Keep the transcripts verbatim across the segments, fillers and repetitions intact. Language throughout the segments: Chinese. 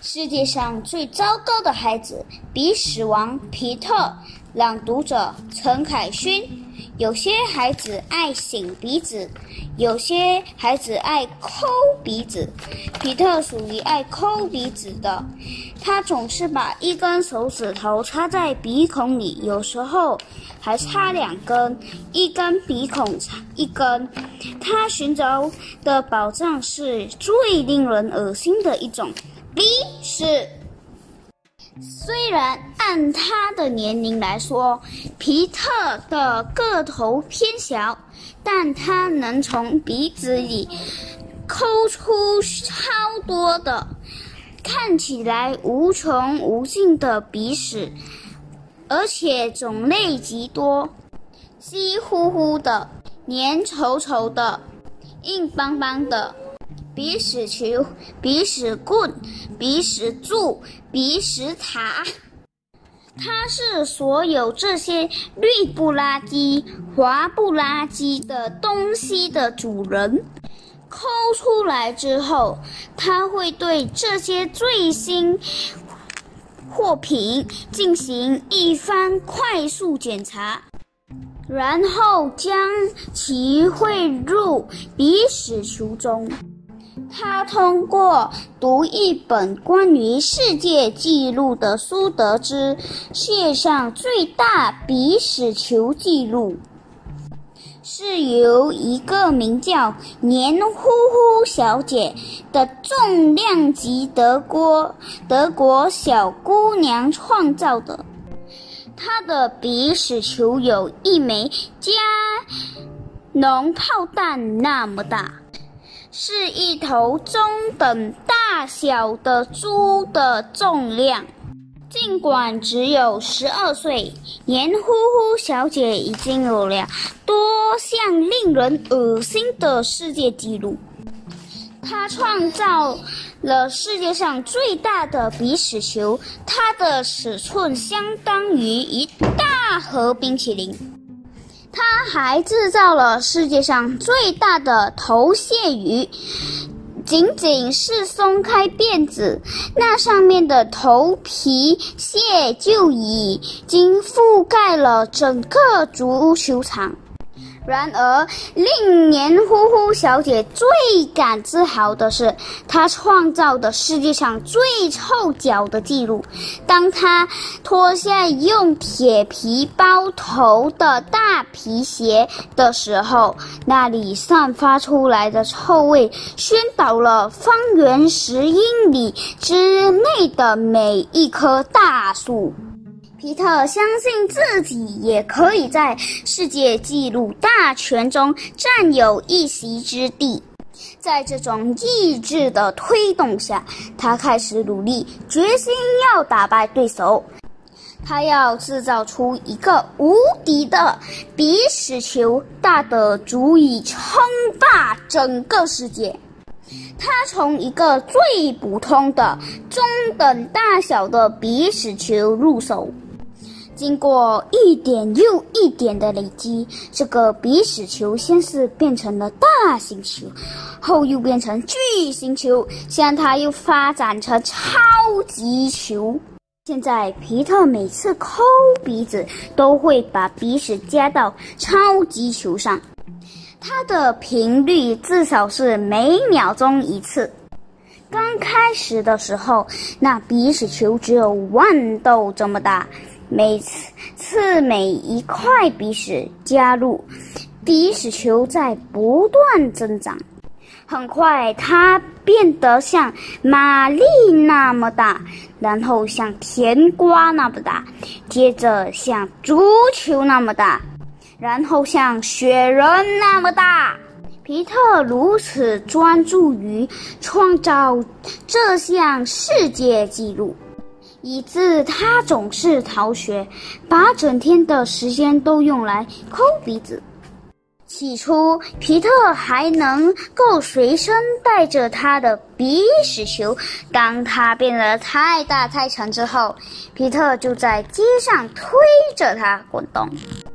世界上最糟糕的孩子，鼻屎王皮特。朗读者陈凯勋。有些孩子爱擤鼻子，有些孩子爱抠鼻子。皮特属于爱抠鼻子的，他总是把一根手指头插在鼻孔里，有时候还插两根，一根鼻孔一根。他寻找的宝藏是最令人恶心的一种鼻屎。虽然按他的年龄来说，皮特的个头偏小，但他能从鼻子里抠出超多的看起来无穷无尽的鼻屎，而且种类极多，稀乎乎的、黏稠稠的、硬邦邦的。鼻屎球、鼻屎棍、鼻屎柱、鼻屎塔，它是所有这些绿不拉几、滑不拉几的东西的主人。抠出来之后，它会对这些最新货品进行一番快速检查，然后将其汇入鼻屎球中。他通过读一本关于世界纪录的书得知，世界上最大鼻屎球纪录是由一个名叫黏糊糊小姐的重量级德国德国小姑娘创造的。她的鼻屎球有一枚加农炮弹那么大，是一头中等大小的猪的重量。尽管只有十二岁，黏糊糊小姐已经有了多项令人恶心的世界纪录。她创造了世界上最大的鼻屎球，它的尺寸相当于一大盒冰淇淋。他还制造了世界上最大的头蟹鱼，仅仅是松开辫子，那上面的头皮屑就已经覆盖了整个足球场。然而，令黏糊糊小姐最感自豪的是，她创造的世界上最臭脚的记录。当她脱下用铁皮包头的大皮鞋的时候，那里散发出来的臭味熏倒了方圆十英里之内的每一棵大树。皮特相信自己也可以在世界纪录大全中占有一席之地。在这种意志的推动下，他开始努力，决心要打败对手。他要制造出一个无敌的鼻屎球，大得足以称霸整个世界。他从一个最普通的中等大小的鼻屎球入手，经过一点又一点的累积，这个鼻屎球先是变成了大型球，后又变成巨型球，现在它又发展成超级球。现在皮特每次抠鼻子都会把鼻屎加到超级球上，它的频率至少是每秒钟一次。刚开始的时候，那鼻屎球只有豌豆这么大，每次每一块鼻屎加入，鼻屎球在不断增长。很快它变得像玛丽那么大，然后像甜瓜那么大，接着像足球那么大，然后像雪人那么大。皮特如此专注于创造这项世界纪录，以致他总是逃学，把整天的时间都用来抠鼻子。起初，皮特还能够随身带着他的鼻屎球，当他变得太大太沉之后，皮特就在街上推着它滚动。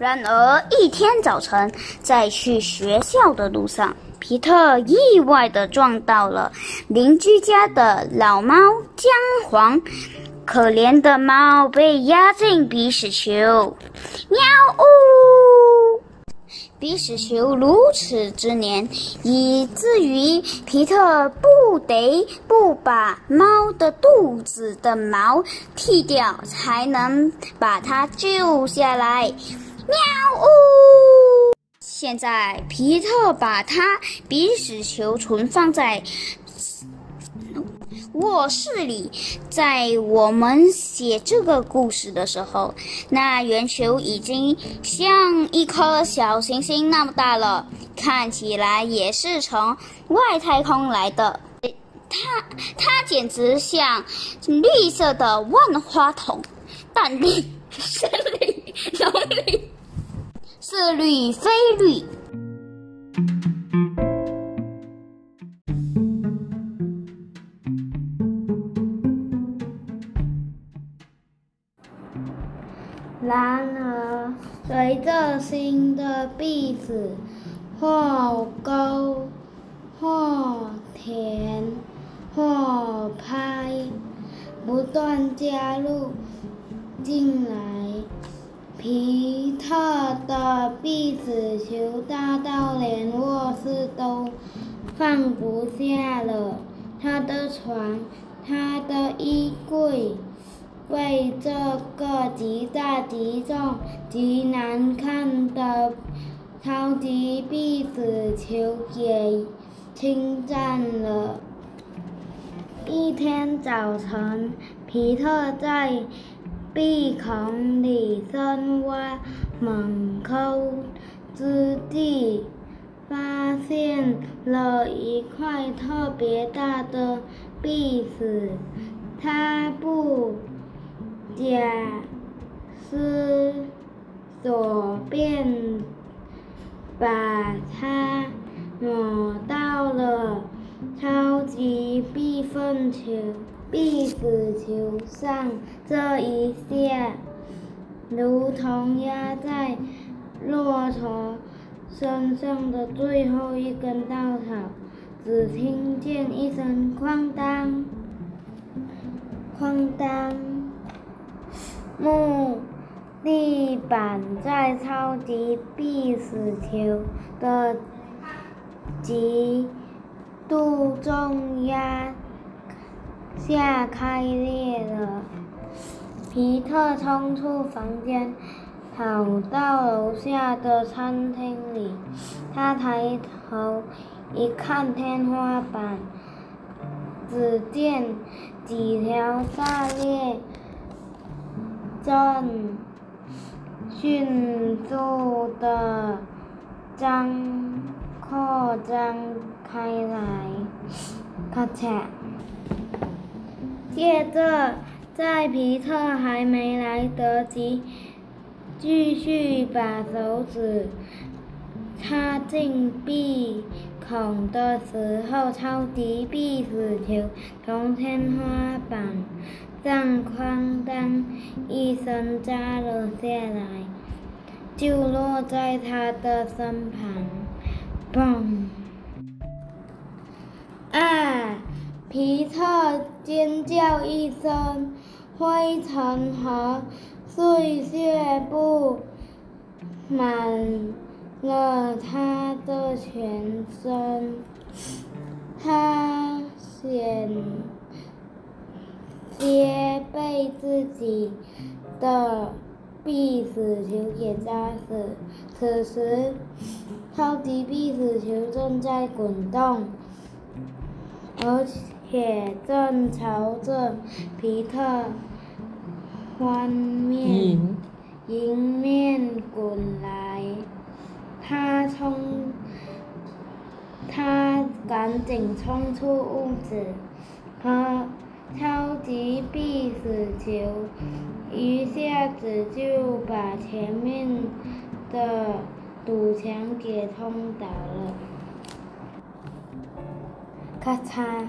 然而一天早晨，在去学校的路上，皮特意外地撞到了邻居家的老猫姜黄。可怜的猫被压进鼻屎球，喵呜！鼻屎球如此之黏，以至于皮特不得不把猫的肚子的毛剃掉，才能把它救下来。喵呜！现在皮特把它鼻屎球存放在卧室里，在我们写这个故事的时候，那圆球已经像一颗小行星那么大了，看起来也是从外太空来的。它它简直像绿色的万花筒，淡绿、深绿、浓绿、似绿非绿。 然而，随着新的壁纸或沟、或田、或拍不断加入进来，皮特的壁纸球大到连卧室都放不下了。他的床、他的衣柜被这个极大、极重、极难看的超级壁纸球给侵占了。一天早晨，皮特在壁孔里深挖猛抠之际，发现了一块特别大的壁纸。他不假思索便把它抹到了超级壁粪球壁纸球上。这一下，如同压在骆驼身上的最后一根稻草，只听见一声哐当哐当，木地板在超级壁纸球的极度重压下开裂了。皮特冲出房间，跑到楼下的餐厅里。他抬头一看天花板，只见几条大裂正迅速地张扩张开来，咔嚓！接着，在皮特还没来得及继续把手指插进壁孔的时候，超级壁纸球从天花板上哐当一声砸了下来，就落在他的身旁。砰！啊！皮特尖叫一声，灰尘和碎屑布满了他的全身。他险些被自己的壁纸球给砸死。此时，超级壁纸球正在滚动，而且正朝着皮特方面迎面滚来。他冲，他赶紧冲出屋子，和超级壁纸球一下子就把前面的堵墙给冲倒了。咔嚓！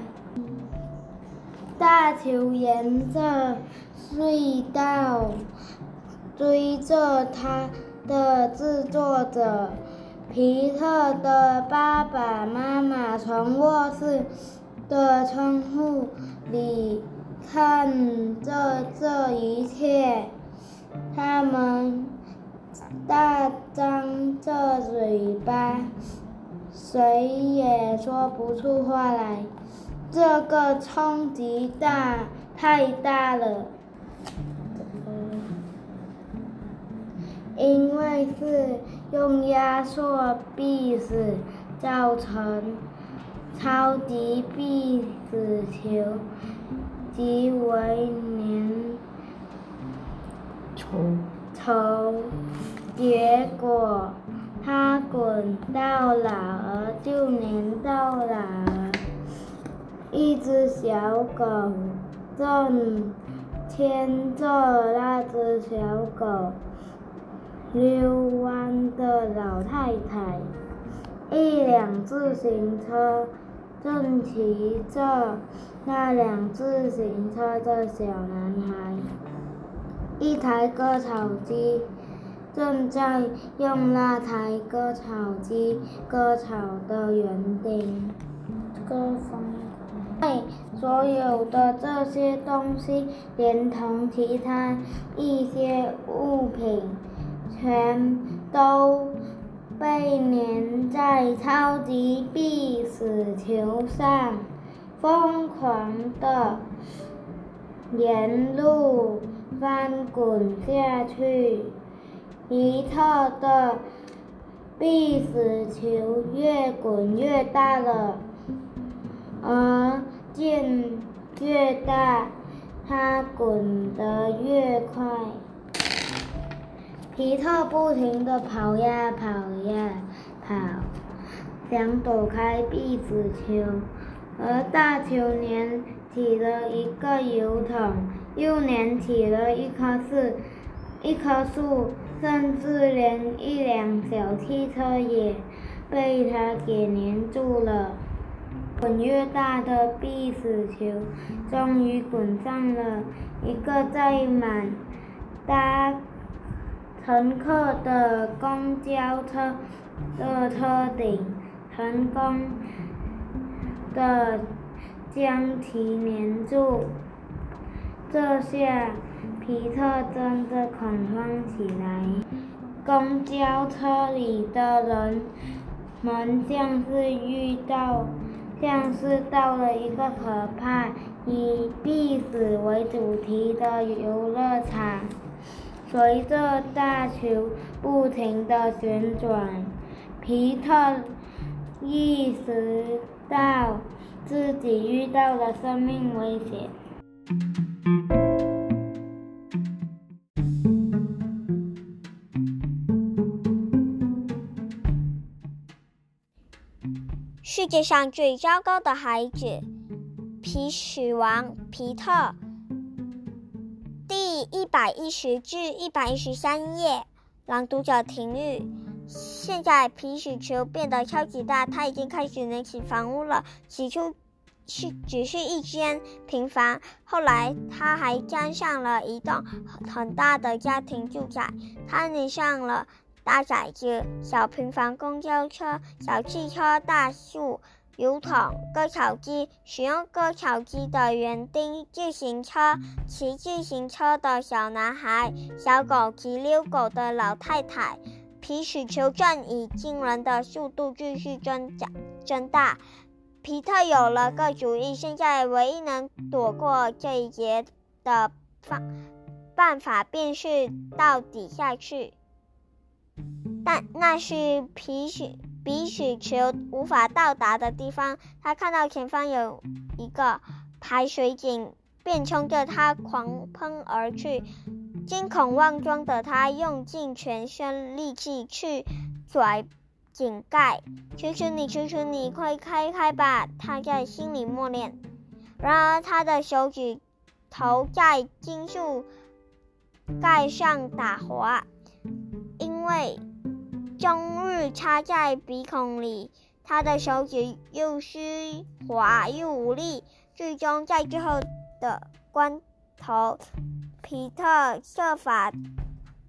大球沿着隧道追着他的制作者。皮特的爸爸妈妈从卧室的窗户里看着这一切，他们大张着嘴巴，谁也说不出话来。这个冲击大太大了，因为是用压缩壁纸造成超级壁纸球，极为粘稠，结果它滚到哪儿就粘到哪儿。一只小狗正牵着那只小狗遛弯的老太太，一辆自行车正骑着那辆自行车的小男孩，一台割草机正在用那台割草机割草的园丁。割方所有的这些东西，连同其他一些物品，全都被粘在超级壁纸球上，疯狂地沿路翻滚下去。皮特的壁纸球越滚越大了，而渐越大，它滚得越快。皮特不停地跑呀跑呀跑，想躲开壁纸球，而大球粘起了一个油桶，又粘起了一棵树，一棵树，甚至连一辆小汽车也被它给粘住了。滚越大的壁纸球终于滚上了一个载满搭乘客的公交车的车顶，成功的将其粘住。这下皮特真的恐慌起来，公交车里的人们像是遇到像是到了一个可怕以壁纸为主题的游乐场。随着大球不停地旋转，皮特意识到自己遇到了生命危险。 世界上最糟糕的孩子，皮屎王皮特，第一百一十至一百一十三页，朗读者婷玉。现在皮屎球变得超级大，它已经开始能起房屋了。起初是只是一间平房，后来它还沾上了一栋很大的家庭住宅，它粘上了大宅子、小平房、公交车、小汽车、大树、油桶、割草机、使用割草机的园丁、自行车、骑自行车的小男孩、小狗及遛狗的老太太。皮屎球正以惊人的速度继续增长增大。皮特有了个主意，现在唯一能躲过这一劫的办法便是到底下去。但那是皮屎比屎球无法到达的地方。他看到前方有一个排水井，便冲着它狂喷而去。惊恐万状的他用尽全身力气去拽井盖，求求你，求求你，快开开吧！他在心里默念。然而他的手指头在金属盖上打滑，因为终日插在鼻孔里，他的手指又湿滑又无力。最终在最后的关头，皮特设法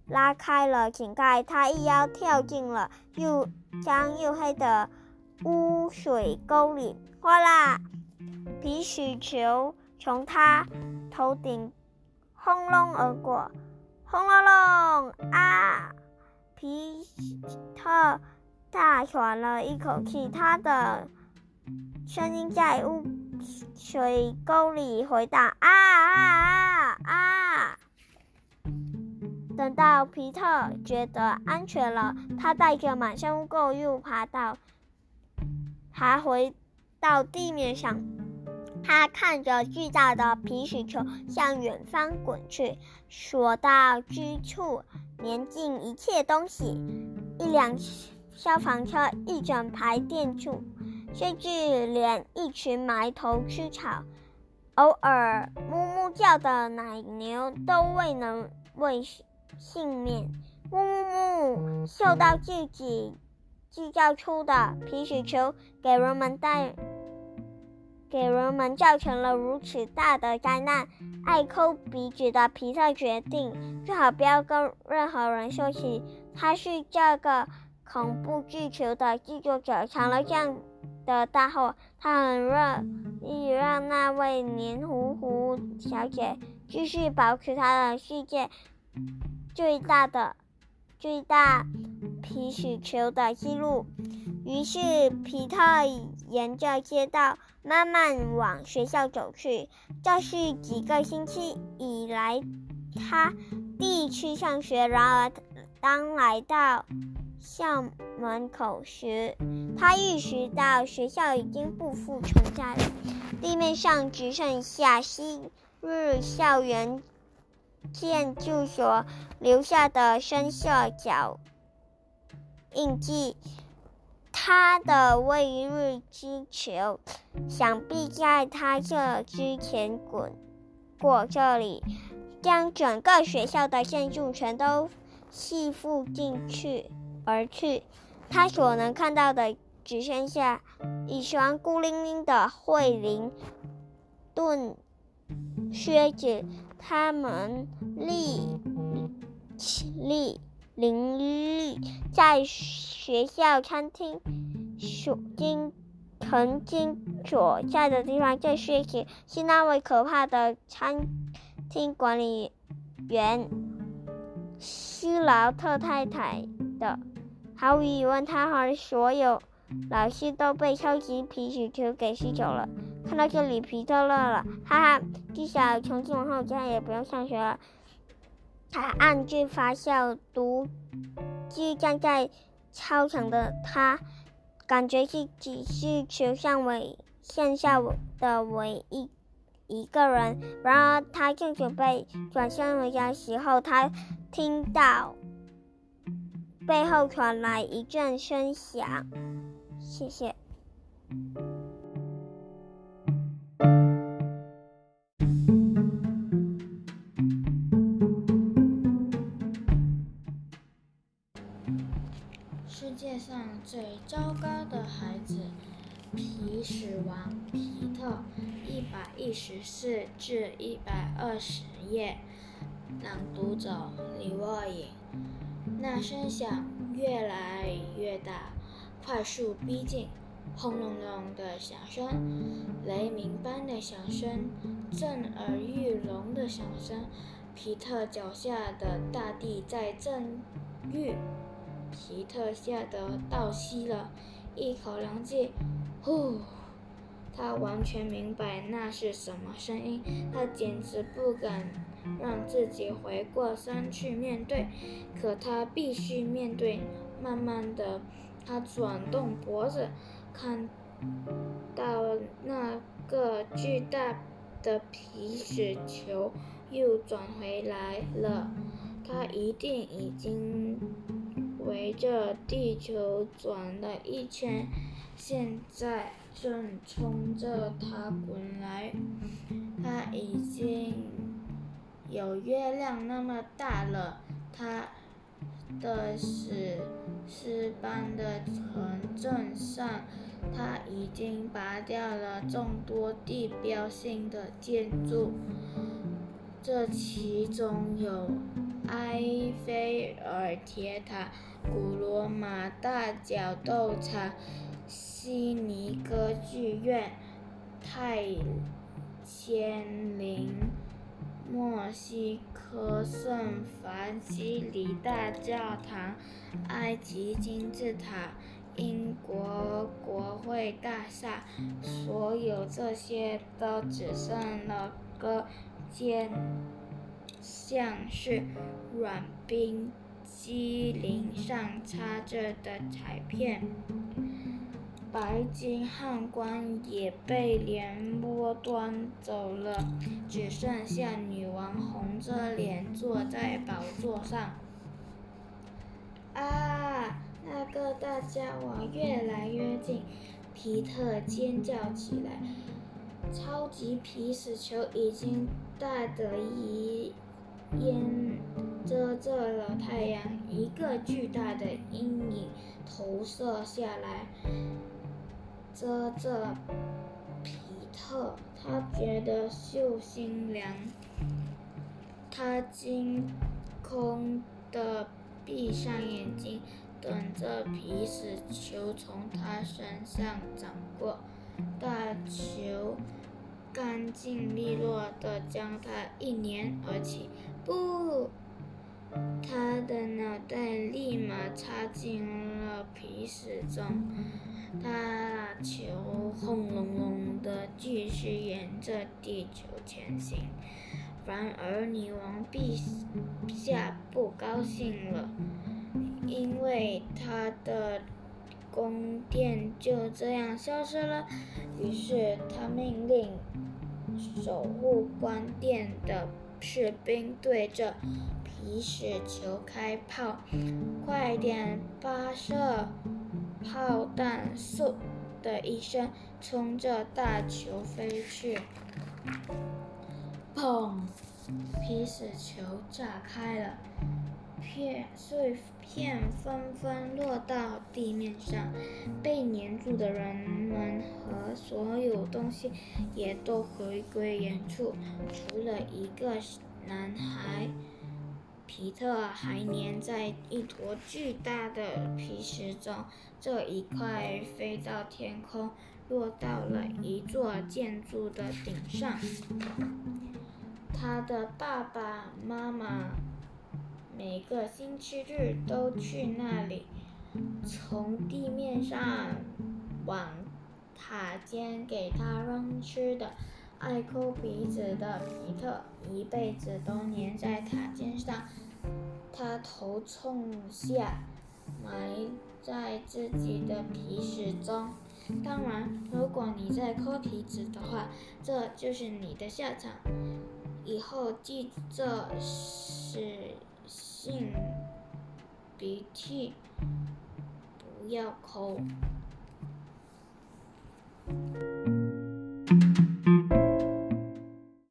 拉开了井盖，他一腰跳进了又脏又黑的污水沟里，哗啦！皮屎球从他头顶轰隆而过，轰隆隆啊！皮特大喘了一口气，他的声音在污水沟里回荡，啊啊啊啊！等到皮特觉得安全了，他带着满身污垢又爬到爬回到地面上。他看着巨大的皮屎球向远方滚去，所到之处粘进一切东西，一辆消防车，一整排电柱，甚至连一群埋头吃草、偶尔哞哞叫的奶牛都未能为幸免。哞哞哞！受到自己制造出的皮屎球给人们带给人们造成了如此大的灾难，爱抠鼻子的皮特决定最好不要跟任何人说起他是这个恐怖巨球的制作者。藏了这样的大祸，他很乐意让那位黏糊糊小姐继续保持她的世界最大的最大皮屎球的记录。于是皮特沿着街道慢慢往学校走去，这是几个星期以来他第一次上学。然而当来到校门口时，他意识到学校已经不复存在了，地面上只剩下昔日校园建筑所留下的深色脚印记。他的未日之球想必在他这之前滚过这里，将整个学校的建筑全都吸附进去而去。他所能看到的只剩下一双孤零零的惠灵顿靴子，它们立立林立在学校餐厅所经曾经所在的地方。这靴子是那位可怕的餐厅管理员希劳特太太的。毫无疑问，他和所有老师都被超级皮屎球给吸走了。看到这里，皮特乐了，哈哈，至少从今往后再也不用上学了。他暗自发笑，独自站在操场的他，感觉自己是球上唯剩下的唯一一个人。然而，他正准备转身回家的时候，他听到背后传来一阵声响。谢谢。 世界上最糟糕的孩子，皮屎王皮特，一百一十四至一百二十页，朗读者李沃颖。那声响越来越大，快速逼近，轰隆隆的响声，雷鸣般的响声，震耳欲聋的响声。皮特脚下的大地在震郁。皮特吓得倒吸了一口凉气，呼！他完全明白那是什么声音，他简直不敢让自己回过身去面对，可他必须面对。慢慢的，他转动脖子，看到那个巨大的皮屎球又转回来了，他一定已经围着地球转了一圈，现在正冲着它滚来。它已经有月亮那么大了，它的屎丝般的城镇上，它已经拔掉了众多地标性的建筑，这其中有埃菲尔铁塔、古罗马大角斗场、悉尼歌剧院、泰千林、墨西哥圣凡西里大教堂、埃及金字塔、英国国会大厦，所有这些都只剩了个尖，像是软冰机灵上插着的彩片。白金汉光也被连窝端走了，只剩下女王红着脸坐在宝座上。啊！那个大家伙越来越近，皮特尖叫起来。超级皮屎球已经大得一淹遮着了太阳，一个巨大的阴影投射下来，遮着皮特。他觉得袖心凉，他惊恐地闭上眼睛，等着皮屎球从他身上涨过。大球干净利落地将他一捻而起，不！他的脑袋立马插进了皮屎中，大球轰隆隆地继续沿着地球前行。然而女王陛下不高兴了，因为她的宫殿就这样消失了。于是她命令守护宫殿的士兵对着皮屎球开炮，快点发射！炮弹嗖的一声冲着大球飞去，砰！皮屎球炸开了，片碎片纷纷落到地面上，被粘住的人们和所有东西也都回归原处，除了一个男孩。皮特还粘在一坨巨大的皮屎中，这一块飞到天空，落到了一座建筑的顶上。他的爸爸妈妈每个星期日都去那里，从地面上往塔尖给他扔吃的。爱抠鼻子的皮特一辈子都粘在塔尖上，他头冲下，埋在自己的皮屎中。当然，如果你再抠鼻子的话，这就是你的下场。以后记着使性鼻涕，不要抠。